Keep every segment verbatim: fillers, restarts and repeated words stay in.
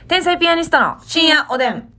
天才ピアニストの深夜おでん。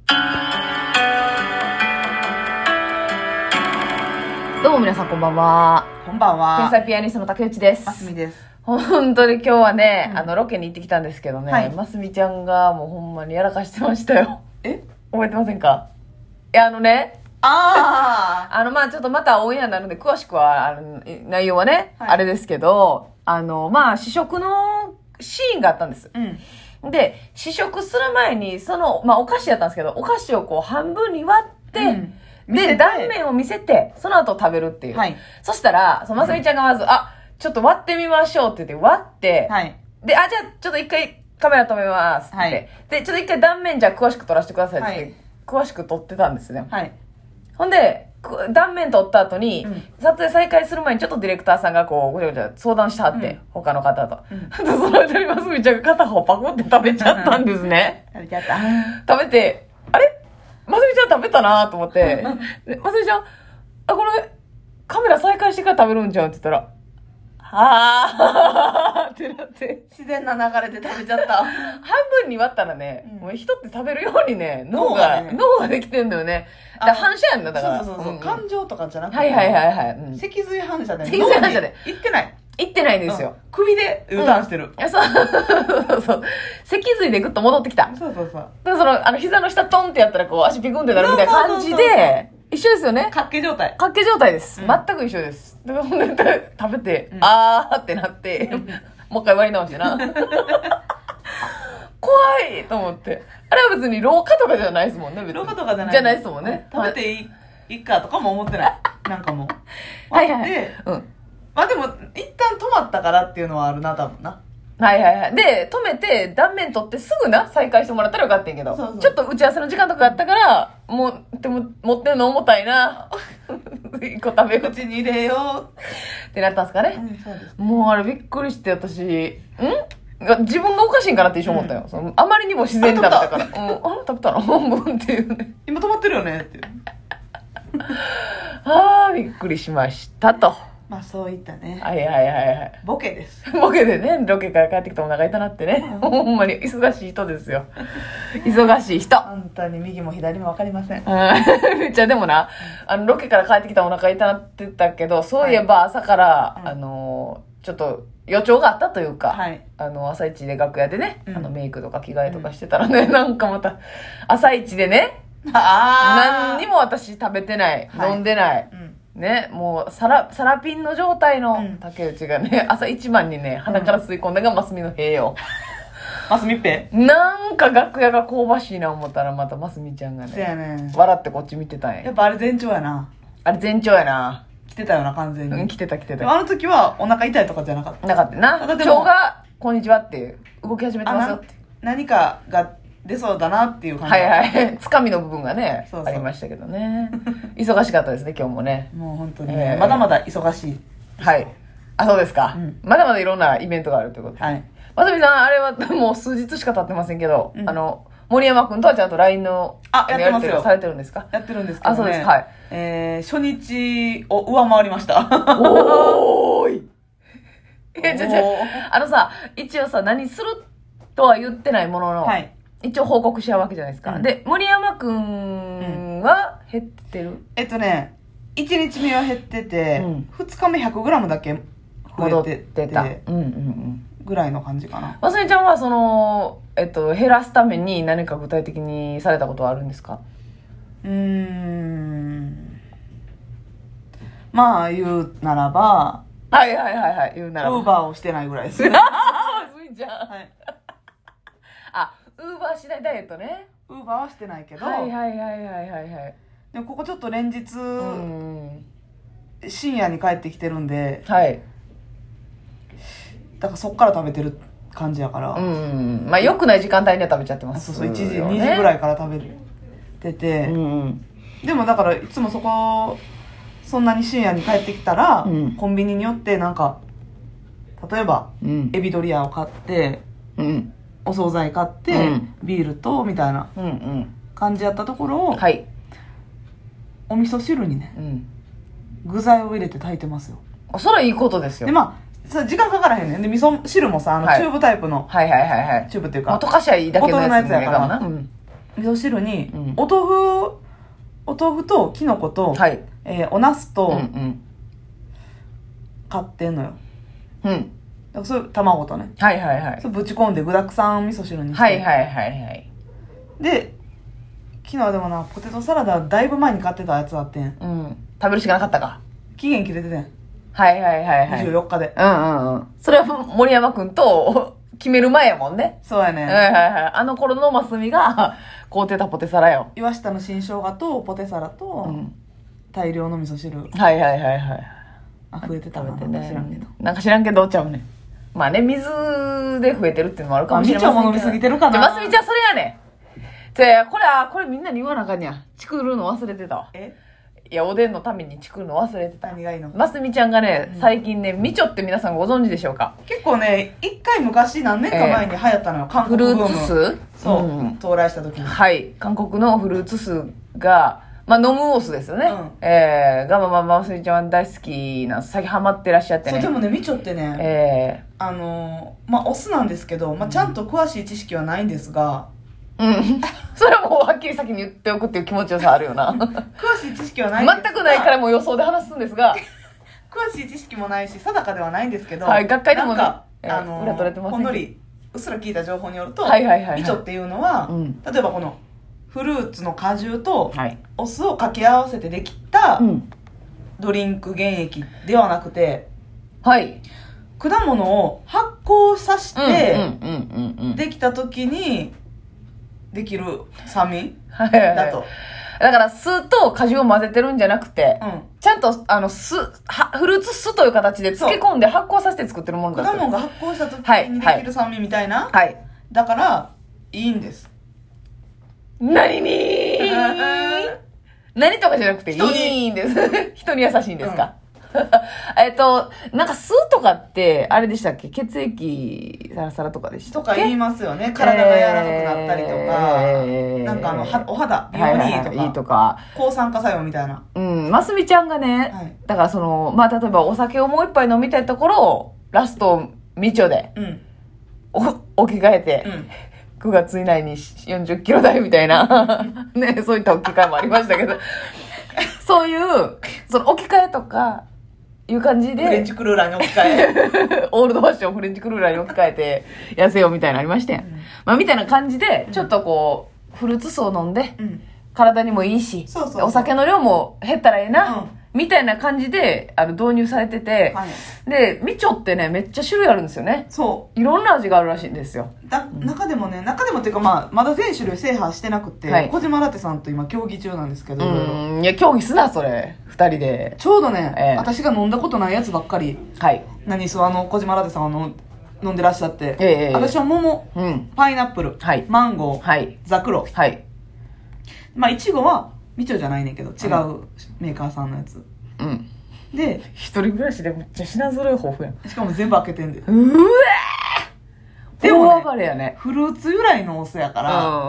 どうも皆さんこんばんは。 こんばんは。 天才ピアニストの竹内です。 ますみです。 本当に今日はね、うん、あのロケに行ってきたんですけどね、 はい、 ますみちゃんがもうほんまにやらかしてましたよ。 え覚えてませんか？いやあのね、 ああのまあちょっとまたオンエアになるんで詳しくはあの内容はね、はい、あれですけど、あのまあ試食のシーンがあったんです。 うん、 で試食する前にそのまあお菓子やったんですけど、お菓子をこう半分に割って、うん、で断面を見せてその後食べるっていう。 はい、 そしたらそのますみちゃんがまず、うん、あちょっと割ってみましょうって言って割って、 はい、 であじゃあちょっと一回カメラ止めますって言って、はい、でちょっと一回断面じゃあ詳しく撮らせてくださいって言って、はい、詳しく撮ってたんですね。 はい、 ほんで断面撮った後に、うん、撮影再開する前にちょっとディレクターさんがこうごちゃごちゃ相談してはって、うん、他の方と、うん、その間にますみちゃんが片方パクって食べちゃったんですね。 食べちゃった食べてあれますみちゃん食べたなと思ってますみちゃんあこれカメラ再開してから食べるんちゃうって言ったらあーってなって自然な流れで食べちゃった半分に割ったらね、うん、もう人って食べるようにね脳が、ね、脳ができてんだよね。だから反射やんだだからそうそうそう、うん、感情とかじゃなくて、 はいはいはいはい、うん、 脊髄反射で脊髄反射でいってないいってないんですよ、 うん、首で U ターンしてる、 うん、そうそうそう脊髄でグッと戻ってきた。 そうそうそうだからそのあの膝の下トンってやったらこう足ピクンってなるみたいな感じで一緒ですよね。 かっけ状態。 かっけ状態です。うん、全く一緒です。だからほんで食べて、うん、あーってなって、うん、もう一回割り直してな。怖いと思って。あれは別に廊下とかじゃないですもんね。別に廊下とかじゃない。 じゃないですもんね。 食べていい、はい、いいかとかも思ってない。なんかもう。 はいはい。 で、 うん。 まあでも、一旦止まったからっていうのはあるな、多分な。 はいはいはい。で、止めて、断面取ってすぐな、再開してもらったらよかったんやけど、そうそうちょっと打ち合わせの時間とかあったから、もう、でも、持ってるの重たいな。一個食べよう。 口に入れよう。 ってなったんですかね。 うん、そうです。 もうあれびっくりして、私、ん自分がおかしいんかなって一瞬思ったよ。うん、そのあまりにも自然に食べたから。うん、あ、食べたの半分っていうね。 今止まってるよねっていう。 あー、びっくりしましたと。 まあそういったね。 はいはいはいはい。 ボケです。 ボケでね、ロケから帰ってきてお腹痛なってね。うん、ほんまに忙しい人ですよ。忙しい人。 本当に右も左も分かりません。 めっちゃでもな、あのロケから帰ってきたお腹痛なってたけど、そういえば朝から、はい、あの、ちょっと予兆があったというか、はい、あの、朝一で楽屋でね、うん、あのメイクとか着替えとかしてたらね、うん、なんかまた、朝一でね、 あ何にも私食べてない、はい、飲んでない。うんね、もうサラ、サラピンの状態の竹内がね、うん、朝一番にね、鼻から吸い込んだがマスミの塀よ。 マスミっぺなんか楽屋が香ばしいな思ったらまたマスミちゃんがね、 やね笑ってこっち見てたんや。 やっぱあれ前兆やな。 あれ前兆やな。 来てたよな、完全に。 うん、来てた来てた。 あの時はお腹痛いとかじゃなかった。 なかったな。今日が、こんにちはって動き始めてますよって。 何かが出そうだなっていう感じ。 はいはい。つかみの部分がね、そうそうありましたけどね。忙しかったですね、今日もね。 もう本当にね、えー、まだまだ忙しい。 はい。あ、そうですか。うん、まだまだいろんなイベントがあるということで。はい。まさみさん、あれはもう数日しか経ってませんけど、うん、あの、森山くんとはちゃんと ライン の、 あ、やってますよ。 されてるんですか？ やってるんですけどね。 あ、そうですか。はい。 えー、初日を上回りました。 おーい。え、じゃじゃあのさ、一応さ、何するとは言ってないものの、はい。一応報告しちゃうわけじゃないですか。うん、で、森山くんは減ってる、うん、 えっとね、いちにちめは減ってて、うん、ふつかめ ひゃくグラム だけ増えてて、 た。うんうんうん。 ぐらいの感じかな。 ますみちゃんは、その、えっと、減らすために何か具体的にされたことはあるんですか？ うーん。まあ、言うならば、 はいはいはいはい、言うならば。 ウーバーをしてないぐらいですね。 むずいじゃん。はい。あ、ウーバーしないダイエットね。 ウーバーはしてないけど、 はいはいはいはいはいはい。 でもここちょっと連日、深夜に帰ってきてるんで、 はい。 だからそっから食べてる感じやから。 うん。まあ良くない時間帯には食べちゃってます。 そうそう、いちじ、にじぐらいから食べてて、うん、でもだからいつもそこ、そんなに深夜に帰ってきたら、うん、コンビニによってなんか、例えば、うん、エビドリアを買って、うんお惣菜買って、うん、ビールとみたいな感じやったところを、はい、お味噌汁にね、うん、具材を入れて炊いてますよ。 それはいいことですよ。 でまあそれ時間かからへんねん。で、味噌汁もさ、あの、チューブタイプの。 はいはいはいはい。 チューブっていうか。 もう溶かしゃいいだけのやつ、ね、 ボトルのやつやからな。 うん、 味噌汁に、うん、お豆腐、お豆腐とキノコと、はい、えー、お茄子と、うんうん、買ってんのよ。うん。だからそれ卵とね。 はいはいはい。 それぶち込んで具沢山味噌汁にして。 はいはいはいはい。 で、昨日でもな、ポテトサラダだいぶ前に買ってたやつあってん。 うん。食べるしかなかったか。 期限切れててん。 はいはいはいはい。 にじゅうよっかで。 うんうんうん。それは森山くんと決める前やもんね。 そうやね。 はいはいはい。あの頃のマスミが買うてたポテサラよ。 岩下の新生姜とポテサラと、うん、大量の味噌汁。 はいはいはいはい。 あ、増えてた食べてね。知らんけど。 なんか知らんけどちゃうね。まあね、水で増えてるっていうのもあるかもしれませんけど。 みちょも飲みすぎてるかな。 マスミちゃんそれやねん。じゃあ、これ、あ、これみんなに言わなあかんにゃ。チクるの忘れてたわ。えいや、おでんのためにチクるの忘れてた。 何がいいの？ ますみちゃんがね、最近ね、みちょって皆さんご存知でしょうか？ 結構ね、一回昔何年か前に流行ったのよ、えー、韓国ブーム。 フルーツ酢？ そう、うん、到来した時に。 はい。韓国のフルーツ酢が、まあ、飲むオスですよね。うん、えー、が、まあまあ、ますみちゃん大好きな、最近ハマってらっしゃってね。 そう、でもね、みちょってね、えー、あの、まあ、オスなんですけど、まあ、ちゃんと詳しい知識はないんですが、 うん。それはもうはっきり先に言っておくっていう気持ちよさあるよな。 詳しい知識はないんですが。 全くないからもう予想で話すんですが。 詳しい知識もないし、定かではないんですけど。 はい、学会でもね、 あの、裏取れてますね。ほんのり、うっすら聞いた情報によると、 はいはいはいはい、 みちょっていうのは、うん、例えばこの、フルーツの果汁と、お酢を掛け合わせてできた、ドリンク原液ではなくて、はい。果物を発酵させて、できた時に、できる酸味だと。 だから酢と果汁を混ぜてるんじゃなくて、うん、ちゃんとあの酢フルーツ酢という形で漬け込んで発酵させて作ってるものだと。 果物が発酵した時にできる酸味みたいな、はいはい、だからいいんです。 何に何とかじゃなくていいんです。人に優しいんですか？うんえっと、なんか酢とかって、あれでしたっけ？血液サラサラとかでしたっけ？ とか言いますよね。体が柔らかくなったりとか、えー、なんかあの、はお肌、美容にいいとか、はいはいはい、いいとか抗酸化作用みたいな。 うん、ますみちゃんがね、はい、だからその、まあ、例えばお酒をもう一杯飲みたいところを、ラスト、みちょで、うん、お置き換えて、うん、くがつ以内によんじゅっキロ台みたいな、ね、そういった置き換えもありましたけど、そういう、その置き換えとか、いう感じで。 フレンチクルーラーに置き換え。 オールドファッションフレンチクルーラーに置き換えて、痩せようみたいなのありましたよ。うん、まあ、みたいな感じで、ちょっとこう、フルーツ酢を飲んで、うん、体にもいいし、そうそうそう、お酒の量も減ったらええな、うん、みたいな感じで、あの、導入されてて、はい、で、みちょってね、めっちゃ種類あるんですよね。そう。いろんな味があるらしいんですよ。 だ、中でもね、中でもっていうかまあ、まだ全種類制覇してなくて、はい、小島ラテさんと今協議中なんですけど、 うん、いや、協議すな、それ。二人で。 ちょうどね、ええ、私が飲んだことないやつばっかり、はい。何そう、あの、小島ラテさんは飲んでらっしゃって、ええ、私は桃、うん、パイナップル、はい、マンゴー、はい、ザクロ、はい。まあ、いちごは、みちょじゃないねんけど、違うメーカーさんのやつ。うん。で、 一人暮らしでめっちゃ品揃え豊富やん。 しかも全部開けてんで。 うわーでも、ね、大暴れやね。 フルーツ由来のお酢やから、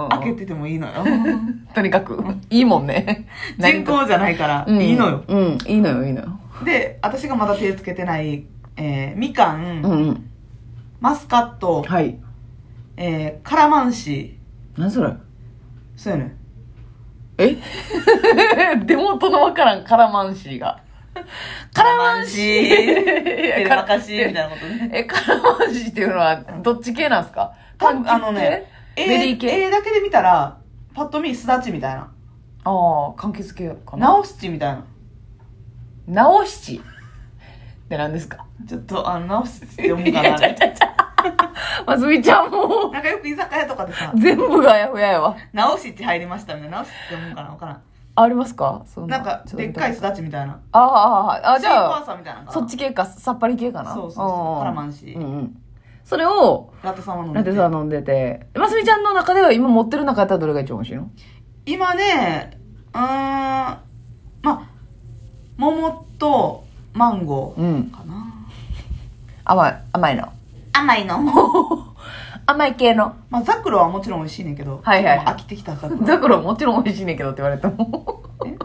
開けててもいいのよ。 とにかく、いいもんね。 人工じゃないから、いいのよ、 うん。うん、いいのよ、いいのよ。 で、私がまだ手つけてない、えー、みかん、うんうん、マスカット、はい。えー、カラマンシー。何それ？ そうやね。 え手元のわからんカラマンシーが。カラマンシーテレマカシーみたいなことね。 え、カラマンシーっていうのはどっち系なんですか？ あのね、メリー系。絵だけで見たら、パッと見、すだちみたいな。ああ、柑橘系かな。 ナオスチみたいな。 ナオシチって何ですか？ ちょっと、あの、ナオスチって読むかな。 ちゃちゃちゃ。ますみちゃんも。 なんかよく居酒屋とかでさ。 全部がやふややわ。 ナオシチ入りましたみたいな。ナオシチって読むかなわからん。 ありますか？ そなんか、でっかいすだちみたいな。 ああ、あ、じゃあ、 みたいなそっち系か、さっぱり系かな。 そうそうそう。カラマンシー。うんうん。 それを、 ラテさんは飲んでて。 ラテさん飲んでて。ますみちゃんの中では今持ってる中やったらどれが一番美味しいの？ 今ね、うーん、まあ、桃とマンゴーかな。うん、 甘い、甘いの。 甘いの甘い系の。 まあ、ザクロはもちろん美味しいねんけど。 はいはい。 飽きてきたザクロ。 ザクロもちろん美味しいねんけどって言われても。え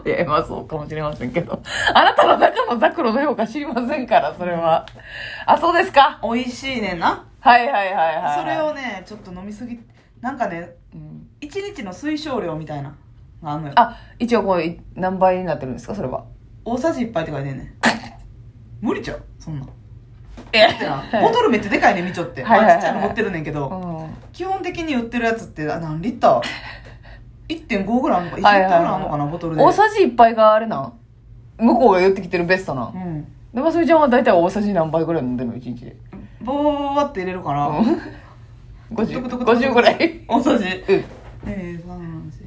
いや、まあそうかもしれませんけど。あなたの中のザクロの評価知りませんから、それは。あ、そうですか。 美味しいねんな。 はいはいはいはい。 それをね、ちょっと飲みすぎ、なんかね、うん、いちにちの推奨量みたいなのがあんのよ。 あ、一応こう、何倍になってるんですか、それは。 大さじいっぱいって書いてんねん。無理ちゃうそんな。 えやってな、ボトルめっちゃでかいねん、みちょって。まあちっちゃいの持ってるねんけど、うん、基本的に売ってるやつって、あ、何リッター いってんご グラムかいちリッターぐらいあるのかな、ボトルで。 大さじいっぱいがあれなん向こうが言ってきてるベストなん。うん。で、まさみちゃんは大体大さじ何杯ぐらい飲んでるのいちにちで。 ボーって入れるから、うん、 ごじゅう, ごじゅうぐらい大さじ。うん。えー、さん、よん、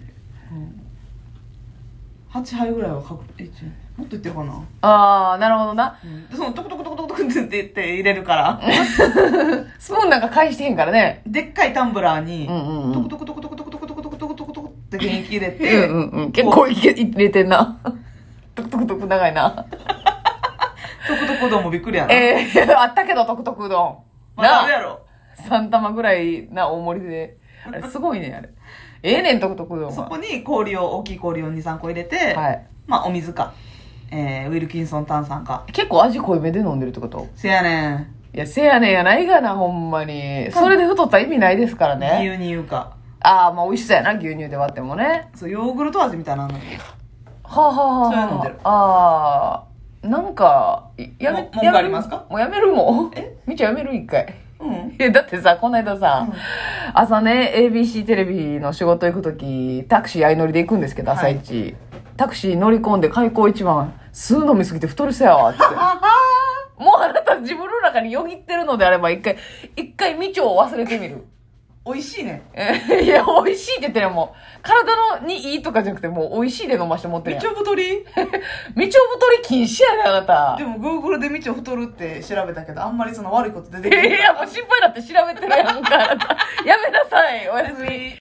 はちはいぐらいは確定。もっと言ってるかな。 ああ、なるほどな。 うん、でそのトクトクトクトクって言って入れるからスプーンなんか返してへんからね。 でっかいタンブラーに、 うんうんうん、 トクトクトクトクトクトクトクトクトクトクトクって元気入れてうんうん、うん、結構入れてんな。トクトクトク長いな。 トクトクうどんもびっくりやな。 えー、あったけどトクトクうどん。 まあ、あるやろ。 さん玉ぐらいな大盛りで。あれすごいね、あれ。ええー、ねん、トクトクうどんは。 そこに氷を、大きい氷をに、さんこ入れて、はい、まあお水か。えー、ウィルキンソン炭酸か。 結構味濃いめで飲んでるってこと？ せやねん。 いや、せやねんやないがな、ほんまに。それで太ったら意味ないですからね。 牛乳か。 ああ、まあ美味しそうやな、牛乳で割ってもね。 そう、ヨーグルト味みたいなの。はあ、はあはあ、そういうの飲んでる。ああ、なんか、やめ、 文句ありますか？ もうやめるもん。え？みちゃんやめる一回。 うん。 え、だってさ、この間さ、うん、朝ね、エービーシー テレビの仕事行くとき、タクシー相乗りで行くんですけど、朝一。はい、タクシー乗り込んで開口一番、吸う飲みすぎて太るせやわって。もうあなた自分の中によぎってるのであれば一回、一回みちょを忘れてみる。 美味しいね。 いや、美味しいって言ってるもう、体のにいいとかじゃなくて、もう美味しいで飲まして持ってるやん。 みちょ太りみちょ太り禁止やね、あなた。 でも、Google でみちょ太るって調べたけど、あんまりその悪いこと出てくる。 いや、もう心配だって調べてるやんか、あなた。やめなさい、おやすみ。